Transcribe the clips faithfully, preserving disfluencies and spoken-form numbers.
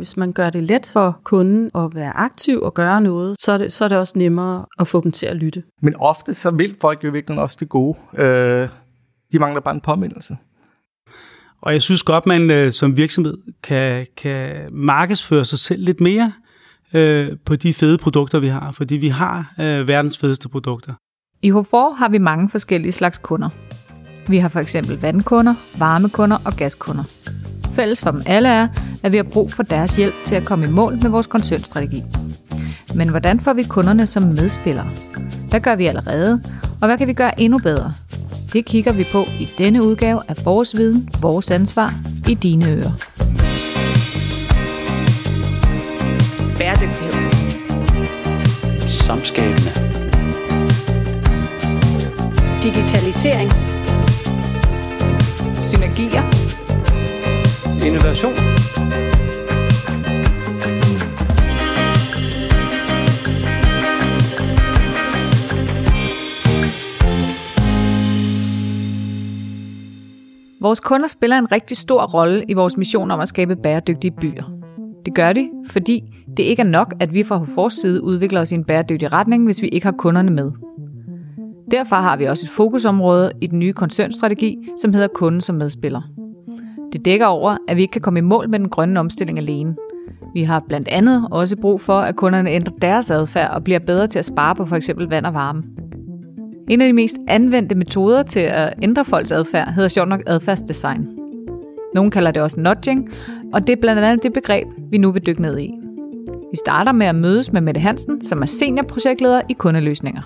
Hvis man gør det let for kunden at være aktiv og gøre noget, så er det, så er det også nemmere at få dem til at lytte. Men ofte så vil folk jo virkelig også det gode. Øh, de mangler bare en påmindelse. Og jeg synes godt, man øh, som virksomhed kan, kan markedsføre sig selv lidt mere øh, på de fede produkter, vi har. Fordi vi har øh, verdens fedeste produkter. I Hofor har vi mange forskellige slags kunder. Vi har for eksempel vandkunder, varmekunder og gaskunder. Fælles for dem alle er, at vi har brug for deres hjælp til at komme i mål med vores koncernstrategi. Men hvordan får vi kunderne som medspillere? Hvad gør vi allerede, og hvad kan vi gøre endnu bedre? Det kigger vi på i denne udgave af Vores Viden, Vores Ansvar i dine ører. Bæredygtighed. Samskabende. Digitalisering. Synergier. Innovation. Vores kunder spiller en rigtig stor rolle i vores mission om at skabe bæredygtige byer. Det gør de, fordi det ikke er nok, at vi fra Hofors side udvikler os i en bæredygtig retning, hvis vi ikke har kunderne med. Derfor har vi også et fokusområde i den nye koncernstrategi, som hedder kunden som medspiller. Det dækker over, at vi ikke kan komme i mål med den grønne omstilling alene. Vi har blandt andet også brug for, at kunderne ændrer deres adfærd og bliver bedre til at spare på f.eks. vand og varme. En af de mest anvendte metoder til at ændre folks adfærd hedder sjovt nok adfærdsdesign. Nogle kalder det også nudging, og det er blandt andet det begreb, vi nu vil dykke ned i. Vi starter med at mødes med Mette Hansen, som er seniorprojektleder i kundeløsninger.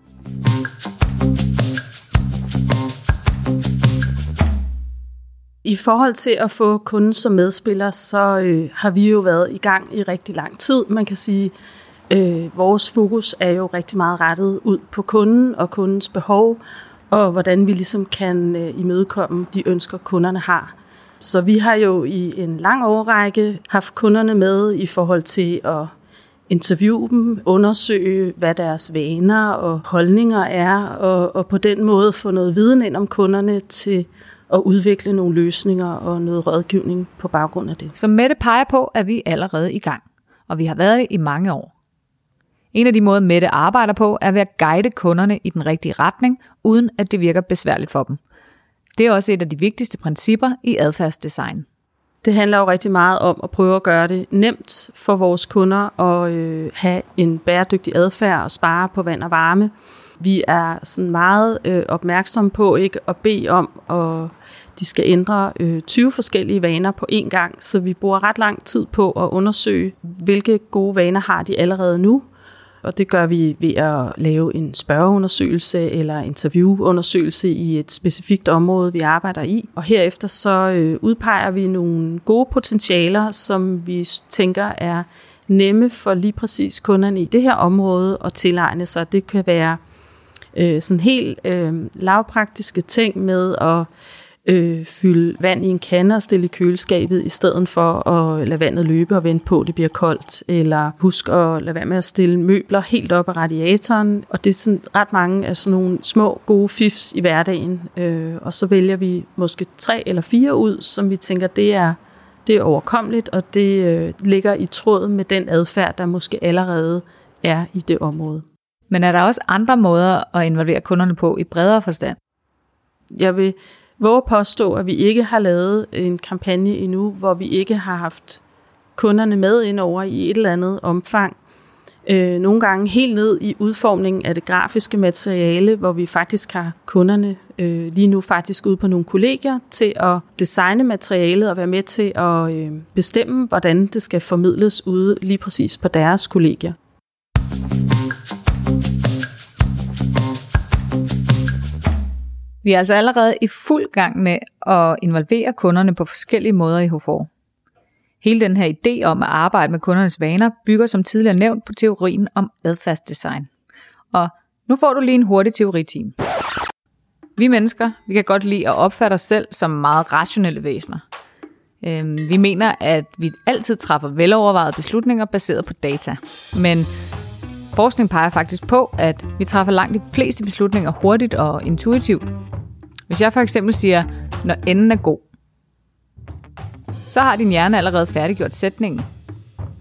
I forhold til at få kunden som medspiller, så øh, har vi jo været i gang i rigtig lang tid. Man kan sige, øh, vores fokus er jo rigtig meget rettet ud på kunden og kundens behov, og hvordan vi ligesom kan øh, imødekomme de ønsker, kunderne har. Så vi har jo i en lang årrække haft kunderne med i forhold til at interviewe dem, undersøge, hvad deres vaner og holdninger er, og, og på den måde få noget viden ind om kunderne til at udvikle nogle løsninger og noget rådgivning på baggrund af det. Som Mette peger på, er vi allerede i gang, og vi har været det i mange år. En af de måder, Mette arbejder på, er ved at guide kunderne i den rigtige retning, uden at det virker besværligt for dem. Det er også et af de vigtigste principper i adfærdsdesign. Det handler jo rigtig meget om at prøve at gøre det nemt for vores kunder at øh, have en bæredygtig adfærd og spare på vand og varme. Vi er sådan meget øh, opmærksomme på ikke at bede om, at de skal ændre øh, tyve forskellige vaner på én gang, så vi bruger ret lang tid på at undersøge, hvilke gode vaner har de allerede nu. Og det gør vi ved at lave en spørgeundersøgelse eller interviewundersøgelse i et specifikt område, vi arbejder i. Og herefter så øh, udpeger vi nogle gode potentialer, som vi tænker er nemme for lige præcis kunderne i det her område at tilegne sig. Det kan være øh, sådan helt øh, lavpraktiske ting med at øh, fylde vand i en kande og stille i køleskabet, i stedet for at lade vandet løbe og vente på, at det bliver koldt. Eller husk at lade være med at stille møbler helt op ad radiatoren. Og det er sådan ret mange af sådan nogle små, gode fifs i hverdagen. Øh, og så vælger vi måske tre eller fire ud, som vi tænker, det er, det er overkommeligt, og det øh, ligger i tråd med den adfærd, der måske allerede er i det område. Men er der også andre måder at involvere kunderne på i bredere forstand? Jeg vil våge påstå, at vi ikke har lavet en kampagne endnu, hvor vi ikke har haft kunderne med ind over i et eller andet omfang. Øh, nogle gange helt ned i udformningen af det grafiske materiale, hvor vi faktisk har kunderne øh, lige nu faktisk ude på nogle kollegier til at designe materialet og være med til at øh, bestemme, hvordan det skal formidles ude lige præcis på deres kollegier. Vi er altså allerede i fuld gang med at involvere kunderne på forskellige måder i Hofor. Hele den her idé om at arbejde med kundernes vaner bygger som tidligere nævnt på teorien om adfærdsdesign. Og nu får du lige en hurtig teoritime. Vi mennesker, vi kan godt lide at opfatte os selv som meget rationelle væsener. Vi mener, at vi altid træffer velovervejede beslutninger baseret på data. Men forskning peger faktisk på, at vi træffer langt de fleste beslutninger hurtigt og intuitivt. Hvis jeg for eksempel siger, når enden er god, så har din hjerne allerede færdiggjort sætningen.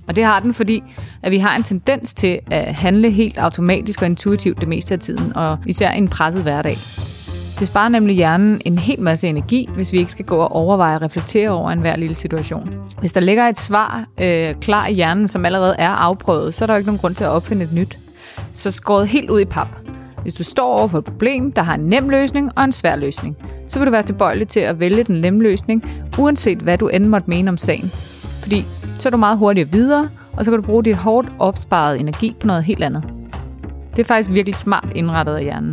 Og det har den, fordi at vi har en tendens til at handle helt automatisk og intuitivt det meste af tiden, og især i en presset hverdag. Det sparer nemlig hjernen en hel masse energi, hvis vi ikke skal gå og overveje og reflektere over enhver lille situation. Hvis der ligger et svar øh, klar i hjernen, som allerede er afprøvet, så er der jo ikke nogen grund til at opfinde et nyt. Så skåret helt ud i pap. Hvis du står over for et problem, der har en nem løsning og en svær løsning, så vil du være tilbøjelig til at vælge den nemme løsning, uanset hvad du end måtte mene om sagen. Fordi så er du meget hurtigere videre, og så kan du bruge dit hårdt opsparede energi på noget helt andet. Det er faktisk virkelig smart indrettet af hjernen.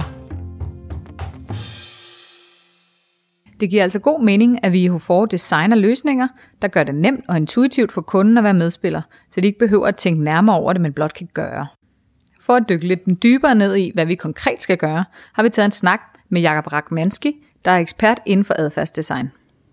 Det giver altså god mening, at vi i HOFOR designer løsninger, der gør det nemt og intuitivt for kunden at være medspiller, så de ikke behøver at tænke nærmere over det, men blot kan gøre. For at dykke lidt dybere ned i, hvad vi konkret skal gøre, har vi taget en snak med Jakob Rachmanski, der er ekspert inden for adfærdsdesign.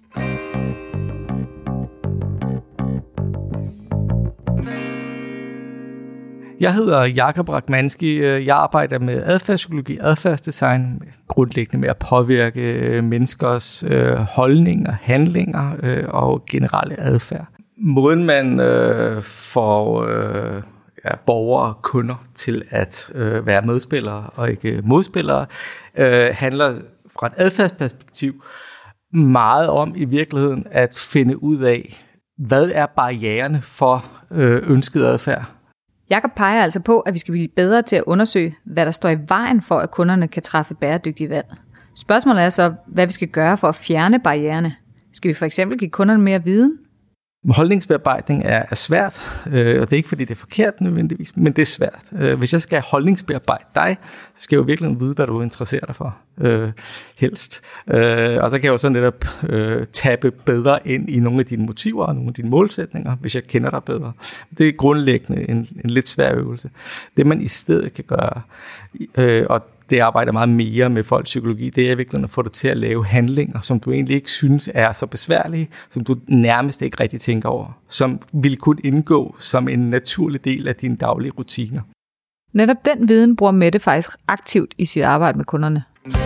Jeg hedder Jakob Rachmanski. Jeg arbejder med adfærdspsykologi, adfærdsdesign, grundlæggende med at påvirke menneskers holdninger, handlinger og generelle adfærd. Måden man får ja, borgere og kunder til at være medspillere og ikke modspillere, handler fra et adfærdsperspektiv meget om i virkeligheden at finde ud af, hvad er barriererne for ønsket adfærd. Jakob peger altså på, at vi skal blive bedre til at undersøge, hvad der står i vejen for, at kunderne kan træffe bæredygtige valg. Spørgsmålet er så, hvad vi skal gøre for at fjerne barriererne. Skal vi for eksempel give kunderne mere viden? Holdningsbearbejdning er, er svært, øh, og det er ikke fordi det er forkert nødvendigvis, men det er svært. Øh, hvis jeg skal holdningsbearbejde dig, så skal jeg jo virkelig vide, hvad du interesserer dig for, øh, helst. Øh, og så kan jeg jo så netop øh, tappe bedre ind i nogle af dine motiver og nogle af dine målsætninger, hvis jeg kender dig bedre. Det er grundlæggende en, en lidt svær øvelse. Det man i stedet kan gøre, øh, og det arbejder meget mere med folks psykologi, det er virkelig at få dig til at lave handlinger, som du egentlig ikke synes er så besværlige, som du nærmest ikke rigtig tænker over, som vil kunne indgå som en naturlig del af dine daglige rutiner. Netop den viden bruger Mette faktisk aktivt i sit arbejde med kunderne.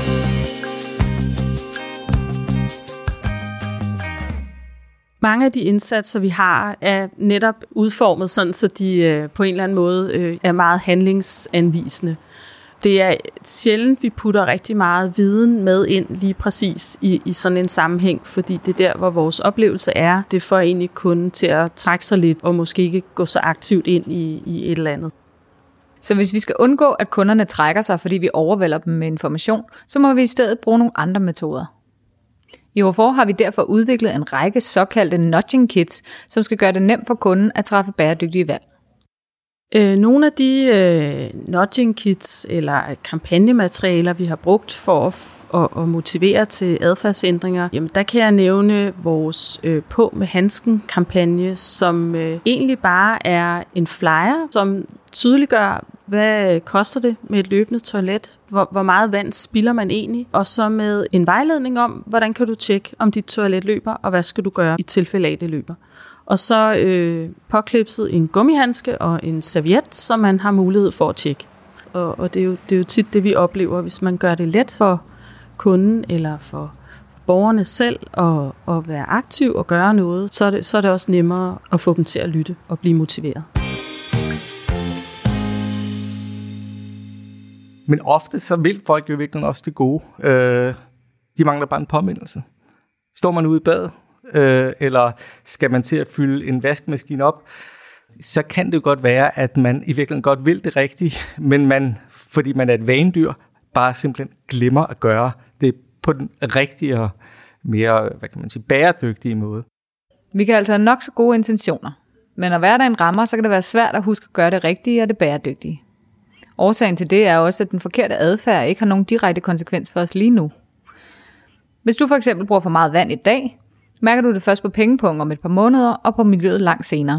Mange af de indsatser, vi har, er netop udformet sådan, så de øh, på en eller anden måde øh, er meget handlingsanvisende. Det er sjældent, vi putter rigtig meget viden med ind lige præcis i, i sådan en sammenhæng, fordi det er der, hvor vores oplevelse er. Det får egentlig kunden til at trække sig lidt og måske ikke gå så aktivt ind i, i et eller andet. Så hvis vi skal undgå, at kunderne trækker sig, fordi vi overvælder dem med information, så må vi i stedet bruge nogle andre metoder. I HOFOR har vi derfor udviklet en række såkaldte nudging kits, som skal gøre det nemt for kunden at træffe bæredygtige valg. Øh, nogle af de øh, nudging kits eller kampagnematerialer, vi har brugt for at, at, at motivere til adfærdsændringer, jamen der kan jeg nævne vores øh, På med handsken kampagne, som øh, egentlig bare er en flyer, som tydeliggør, hvad koster det med et løbende toilet, hvor, hvor meget vand spilder man egentlig, og så med en vejledning om, hvordan kan du tjekke, om dit toilet løber, og hvad skal du gøre i tilfælde af, det løber. Og så øh, påklipset en gummihandske og en serviet, som man har mulighed for at tjekke. Og, og det, er jo, det er jo tit det, vi oplever, hvis man gør det let for kunden eller for borgerne selv at, at være aktiv og gøre noget, så er, det, så er det også nemmere at få dem til at lytte og blive motiveret. Men ofte så vil folk jo virkelig også det gode. Øh, de mangler bare en påmindelse. Står man ude i badet, øh, eller skal man til at fylde en vaskemaskine op, så kan det jo godt være, at man i virkeligheden godt vil det rigtige, men man, fordi man er et vanedyr, bare simpelthen glemmer at gøre det på den rigtige og mere, hvad kan man sige, bæredygtige måde. Vi kan altså have nok så gode intentioner, men når hverdagen rammer, så kan det være svært at huske at gøre det rigtige og det bæredygtige. Årsagen til det er også, at den forkerte adfærd ikke har nogen direkte konsekvens for os lige nu. Hvis du for eksempel bruger for meget vand i dag, mærker du det først på pengepunkt om et par måneder og på miljøet langt senere.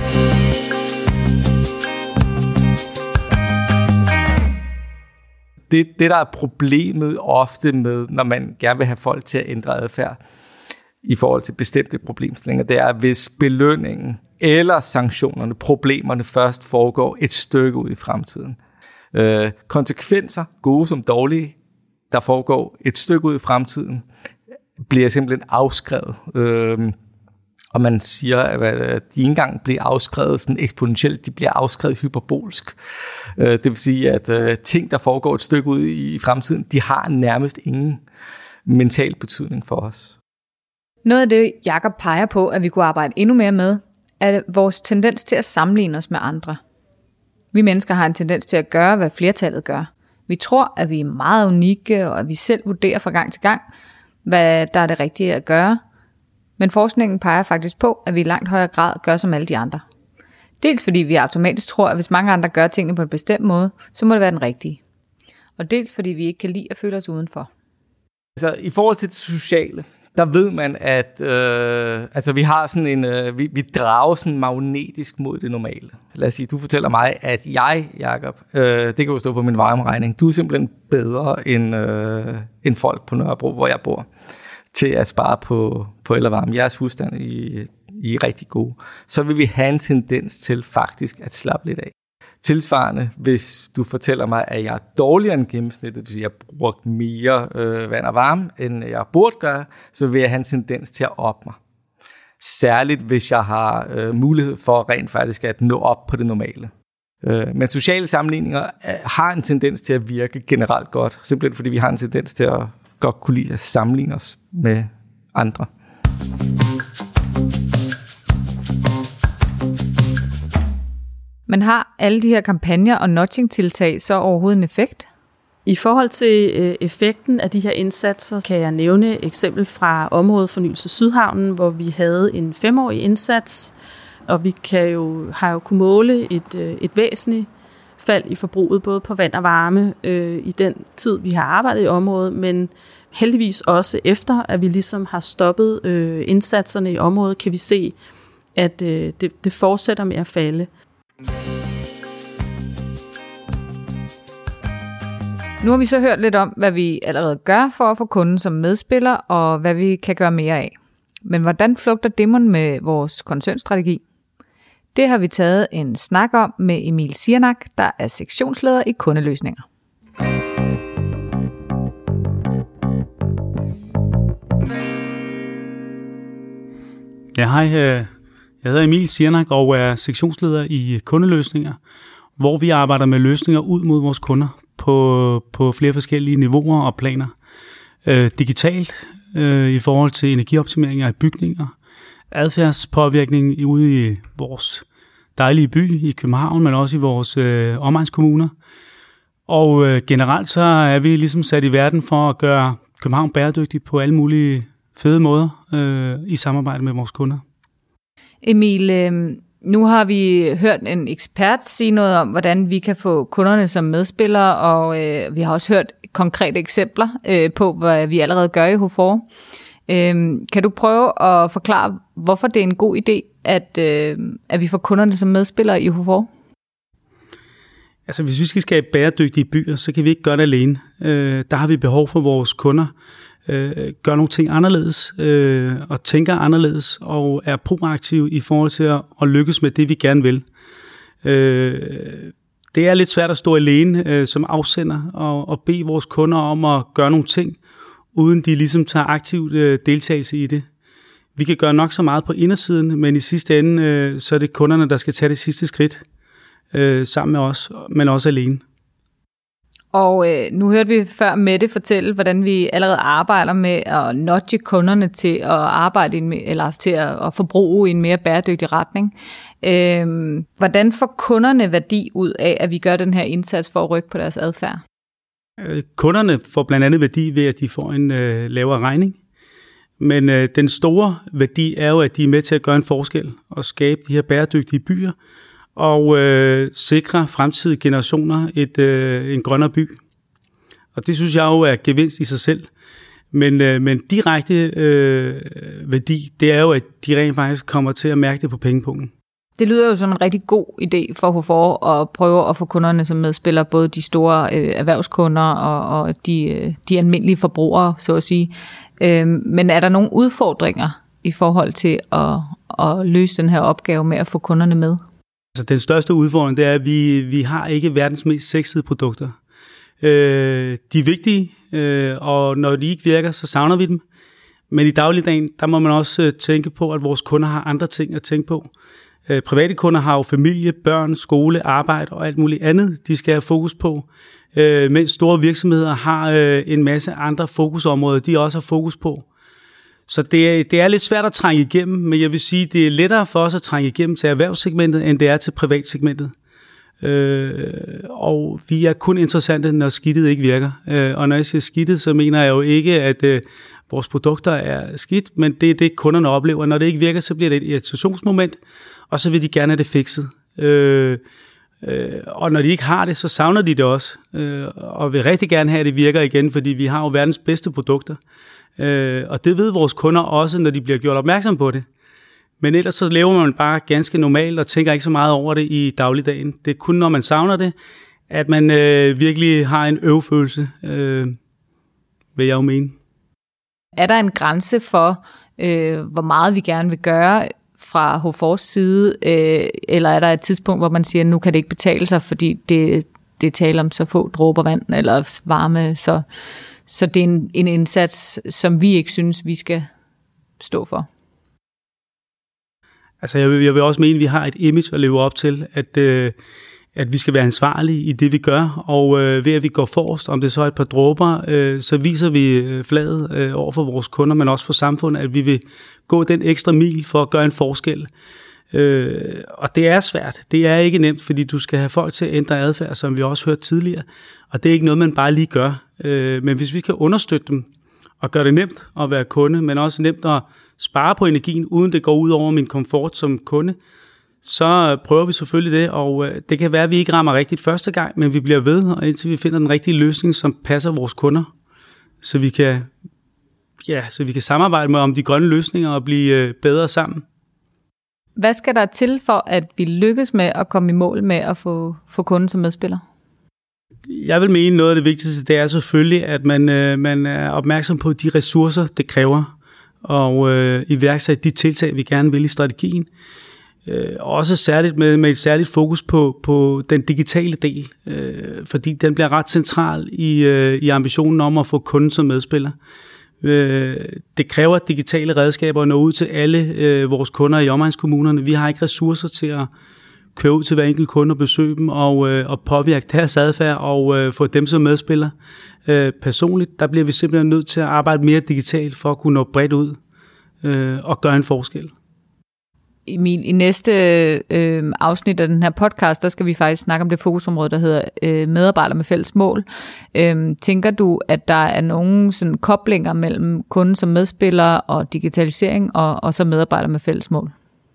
Det, det der er problemet ofte med, når man gerne vil have folk til at ændre adfærd i forhold til bestemte problemstillinger, det er, hvis belønningen eller sanktionerne, problemerne først foregår et stykke ud i fremtiden. Øh, konsekvenser, gode som dårlige, der foregår et stykke ud i fremtiden, bliver simpelthen afskrevet. Øh, Og man siger, at de ikke engang bliver afskrevet sådan eksponentielt, de bliver afskrevet hyperbolsk. Det vil sige, at ting, der foregår et stykke ud i fremtiden, de har nærmest ingen mental betydning for os. Noget af det, Jakob peger på, at vi kunne arbejde endnu mere med, er vores tendens til at sammenligne os med andre. Vi mennesker har en tendens til at gøre, hvad flertallet gør. Vi tror, at vi er meget unikke, og at vi selv vurderer fra gang til gang, hvad der er det rigtige at gøre. Men forskningen peger faktisk på, at vi i langt højere grad gør som alle de andre. Dels fordi vi automatisk tror, at hvis mange andre gør tingene på en bestemt måde, så må det være den rigtige. Og dels fordi vi ikke kan lide at føle os udenfor. Altså i forhold til det sociale, der ved man, at øh, altså, vi har sådan en, øh, vi, vi drager sådan magnetisk mod det normale. Lad os sige, du fortæller mig, at jeg, Jakob, øh, det kan jo stå på min varmeregning, du er simpelthen bedre end, øh, end folk på Nørrebro, hvor jeg bor, til at spare på, på el og varme. Jeres husstand I, I er rigtig gode. Så vil vi have en tendens til faktisk at slappe lidt af. Tilsvarende, hvis du fortæller mig, at jeg er dårligere end gennemsnittet, det vil sige, at jeg bruger mere øh, vand og varme, end jeg burde gøre, så vil jeg have en tendens til at op mig. Særligt, hvis jeg har øh, mulighed for rent faktisk at nå op på det normale. Øh, men sociale sammenligninger øh, har en tendens til at virke generelt godt, simpelthen fordi vi har en tendens til at godt kunne lide at sammenligne os med andre. Men har alle de her kampagner og nudging-tiltag så overhovedet en effekt? I forhold til øh, effekten af de her indsatser, kan jeg nævne et eksempel fra området Fornyelse Sydhavnen, hvor vi havde en femårig indsats, og vi kan jo, har jo kunnet måle et, øh, et væsentligt fald i forbruget, både på vand og varme, øh, i den tid, vi har arbejdet i området, men heldigvis også efter, at vi ligesom har stoppet øh, indsatserne i området, kan vi se, at øh, det, det fortsætter med at falde. Nu har vi så hørt lidt om, hvad vi allerede gør for at få kunden som medspiller, og hvad vi kan gøre mere af. Men hvordan flugter det med vores koncernstrategi? Det har vi taget en snak om med Emil Siernak, der er sektionsleder i kundeløsninger. Ja, hej. Jeg hedder Emil Siernak og er sektionsleder i kundeløsninger, hvor vi arbejder med løsninger ud mod vores kunder på, på flere forskellige niveauer og planer. Øh, digitalt øh, i forhold til energioptimeringer af bygninger, adfærdspåvirkning ude i vores dejlige by i København, men også i vores øh, omegnskommuner. Og øh, generelt så er vi ligesom sat i verden for at gøre København bæredygtig på alle mulige fede måder øh, i samarbejde med vores kunder. Emil, øh, nu har vi hørt en ekspert sige noget om, hvordan vi kan få kunderne som medspillere, og øh, vi har også hørt konkrete eksempler øh, på, hvad vi allerede gør i HOFOR. Øh, kan du prøve at forklare, hvorfor det er en god idé, at, øh, at vi får kunderne som medspillere i HOFOR? Altså, hvis vi skal skabe bæredygtige byer, så kan vi ikke gøre det alene. Øh, der har vi behov for vores kunder. Øh, gør nogle ting anderledes, øh, og tænker anderledes, og er proaktive i forhold til at, at lykkes med det, vi gerne vil. Øh, det er lidt svært at stå alene øh, som afsender og, og bede vores kunder om at gøre nogle ting, uden de ligesom tager aktivt øh, deltagelse i det. Vi kan gøre nok så meget på indersiden, men i sidste ende, øh, så er det kunderne, der skal tage det sidste skridt øh, sammen med os, men også alene. Og øh, nu hørte vi før Mette fortælle, hvordan vi allerede arbejder med at nudge kunderne til at arbejde i en, eller til at, at forbruge i en mere bæredygtig retning. Øh, hvordan får kunderne værdi ud af, at vi gør den her indsats for at rykke på deres adfærd? Øh, kunderne får blandt andet værdi ved, at de får en øh, lavere regning. Men øh, den store værdi er jo, at de er med til at gøre en forskel og skabe de her bæredygtige byer, og øh, sikre fremtidige generationer et, øh, en grønnere by. Og det synes jeg jo er gevinst i sig selv. Men, øh, men direkte øh, værdi, det er jo, at de rent faktisk kommer til at mærke det på pengepunkten. Det lyder jo som en rigtig god idé for HOFOR at prøve at få kunderne som medspillere, både de store øh, erhvervskunder og, og de, øh, de almindelige forbrugere, så at sige. Øh, men er der nogle udfordringer i forhold til at, at løse den her opgave med at få kunderne med? Altså, den største udfordring, det er, at vi, vi har ikke verdens mest sexede produkter. Øh, de er vigtige, øh, og når de ikke virker, så savner vi dem. Men i dagligdagen, der må man også tænke på, at vores kunder har andre ting at tænke på. Private kunder har jo familie, børn, skole, arbejde og alt muligt andet, de skal have fokus på. Mens store virksomheder har en masse andre fokusområder, de også har fokus på. Så det er, det er lidt svært at trænge igennem, men jeg vil sige, det er lettere for os at trænge igennem til erhvervssegmentet, end det er til privatsegmentet. Øh, og vi er kun interessante, når skidtet ikke virker. Øh, og når jeg siger skidtet, så mener jeg jo ikke, at øh, vores produkter er skidt, men det er det, kunderne oplever. Når det ikke virker, så bliver det et irritationsmoment, og så vil de gerne have det fikset. Øh, øh, og når de ikke har det, så savner de det også, øh, og vil rigtig gerne have, at det virker igen, fordi vi har jo verdens bedste produkter. Øh, og det ved vores kunder også, når de bliver gjort opmærksom på det. Men ellers så lever man bare ganske normalt og tænker ikke så meget over det i dagligdagen. Det er kun, når man savner det, at man øh, virkelig har en øvfølelse, øh, vil jeg jo mene. Er der en grænse for, øh, hvor meget vi gerne vil gøre fra H F R's side, øh, eller er der et tidspunkt, hvor man siger, at nu kan det ikke betale sig, fordi det, det taler om så få dråber vand eller varme, så, så det er en, en indsats, som vi ikke synes, vi skal stå for? Altså jeg vil, jeg vil også mene, at vi har et image at leve op til, at, øh, at vi skal være ansvarlige i det, vi gør, og øh, ved at vi går forrest, om det så er et par dråber, øh, så viser vi flaget øh, over for vores kunder, men også for samfundet, at vi vil gå den ekstra mil for at gøre en forskel. Øh, og det er svært. Det er ikke nemt, fordi du skal have folk til at ændre adfærd, som vi også hørte tidligere, og det er ikke noget, man bare lige gør. Øh, men hvis vi kan understøtte dem og gøre det nemt at være kunde, men også nemt at spare på energien, uden det går ud over min komfort som kunde, så prøver vi selvfølgelig det, og det kan være, at vi ikke rammer rigtigt første gang, men vi bliver ved, og indtil vi finder den rigtige løsning, som passer vores kunder, så vi kan, ja, så vi kan samarbejde med om de grønne løsninger og blive bedre sammen. Hvad skal der til for, at vi lykkes med at komme i mål med at få, få kunden som medspiller? Jeg vil mene, noget af det vigtigste, det er selvfølgelig, at man, man er opmærksom på de ressourcer, det kræver, og øh, iværksætte de tiltag, vi gerne vil i strategien. Øh, også særligt med, med et særligt fokus på, på den digitale del, øh, fordi den bliver ret central i, øh, i ambitionen om at få kunden som medspiller. Øh, det kræver digitale redskaber at nå ud til alle øh, vores kunder i omegnskommunerne. Vi har ikke ressourcer til at køre ud til hver enkelt kunde og besøge dem og, øh, og påvirke deres adfærd og øh, få dem som medspiller. Øh, personligt, der bliver vi simpelthen nødt til at arbejde mere digitalt for at kunne nå bredt ud øh, og gøre en forskel. Emil, i næste øh, afsnit af den her podcast, der skal vi faktisk snakke om det fokusområde, der hedder øh, medarbejdere med fælles mål. Øh, tænker du, at der er nogle sådan koblinger mellem kunden som medspiller og digitalisering og, og så medarbejdere med fælles mål?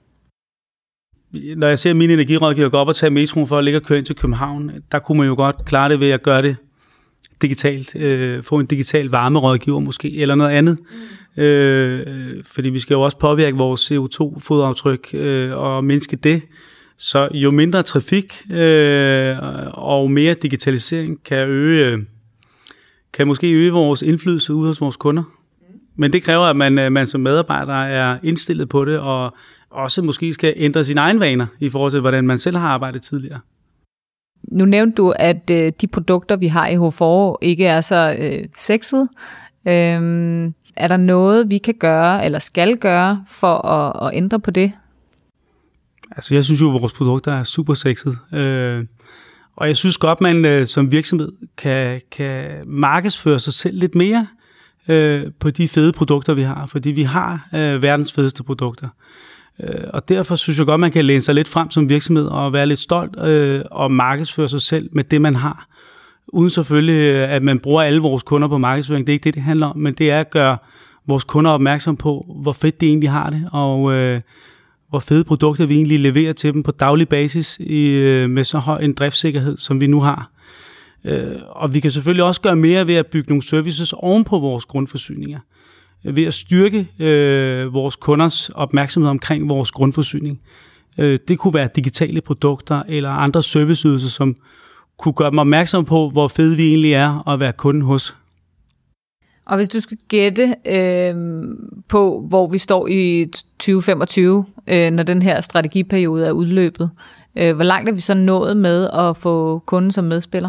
Når jeg ser mine energirådgiver gå op og tage metroen for at ligge og køre ind til København, der kunne man jo godt klare det ved at gøre det digitalt. Øh, få en digital varmerådgiver måske, eller noget andet. Mm. Øh, fordi vi skal jo også påvirke vores C O to fodaftryk øh, og mindske det. Så jo mindre trafik øh, og mere digitalisering kan øge, kan måske øge vores indflydelse ude hos vores kunder. Mm. Men det kræver, at man, man som medarbejder er indstillet på det, og også måske skal ændre sine egne vaner i forhold til, hvordan man selv har arbejdet tidligere. Nu nævnte du, at øh, de produkter, vi har i H F R, ikke er så øh, sexede. Øhm, er der noget, vi kan gøre eller skal gøre for at, at ændre på det? Altså, jeg synes jo, at vores produkter er super sexede. Øh, og jeg synes godt, man øh, som virksomhed kan, kan markedsføre sig selv lidt mere øh, på de fede produkter, vi har. Fordi vi har øh, verdens fedeste produkter. Og derfor synes jeg godt, man kan læne sig lidt frem som virksomhed og være lidt stolt øh, og markedsføre sig selv med det, man har. Uden selvfølgelig, at man bruger alle vores kunder på markedsføring. Det er ikke det, det handler om, men det er at gøre vores kunder opmærksom på, hvor fedt de egentlig har det, og øh, hvor fede produkter vi egentlig leverer til dem på daglig basis i, øh, med så høj en driftssikkerhed, som vi nu har. Øh, og vi kan selvfølgelig også gøre mere ved at bygge nogle services oven på vores grundforsyninger. Ved at styrke øh, vores kunders opmærksomhed omkring vores grundforsyning. Øh, det kunne være digitale produkter eller andre serviceydelser, som kunne gøre dem opmærksom på, hvor fede vi egentlig er at være kunde hos. Og hvis du skal gætte øh, på, hvor vi står i tyve femogtyve, øh, når den her strategiperiode er udløbet, øh, hvor langt er vi så nået med at få kunden som medspiller?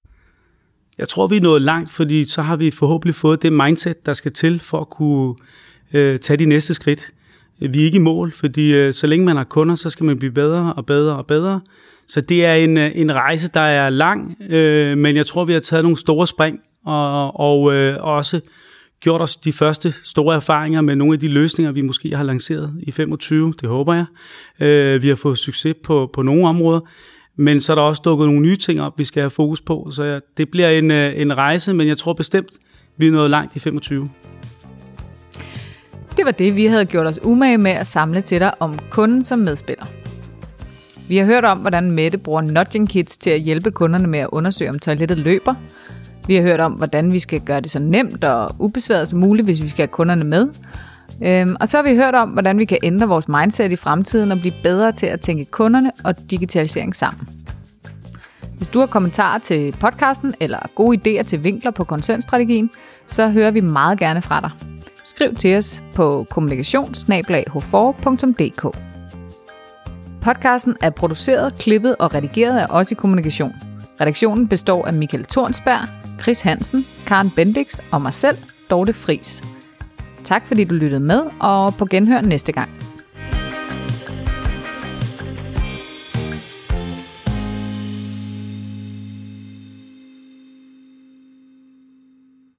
Jeg tror, vi er nået langt, fordi så har vi forhåbentlig fået det mindset, der skal til for at kunne øh, tage de næste skridt. Vi er ikke i mål, fordi øh, så længe man har kunder, så skal man blive bedre og bedre og bedre. Så det er en, en rejse, der er lang, øh, men jeg tror, vi har taget nogle store spring, og, og øh, også gjort os de første store erfaringer med nogle af de løsninger, vi måske har lanceret i femogtyve, det håber jeg. Øh, vi har fået succes på, på nogle områder, men så er der også dukket nogle nye ting op, vi skal have fokus på. Så ja, det bliver en, en rejse, men jeg tror bestemt, vi er nået langt i femogtyve. Det var det, vi havde gjort os umage med at samle til dig om kunden som medspiller. Vi har hørt om, hvordan Mette bruger nudging kits til at hjælpe kunderne med at undersøge, om toilettet løber. Vi har hørt om, hvordan vi skal gøre det så nemt og ubesværet som muligt, hvis vi skal have kunderne med. Øhm, og så har vi hørt om, hvordan vi kan ændre vores mindset i fremtiden og blive bedre til at tænke kunderne og digitalisering sammen. Hvis du har kommentarer til podcasten eller gode idéer til vinkler på koncernstrategien, så hører vi meget gerne fra dig. Skriv til os på kommunikation snabel-a h f o r punktum d k. Podcasten er produceret, klippet og redigeret af os i Kommunikation. Redaktionen består af Michael Tornsberg, Chris Hansen, Karen Bendix og mig selv, Dorte Friis. Tak fordi du lyttede med, og på genhør næste gang.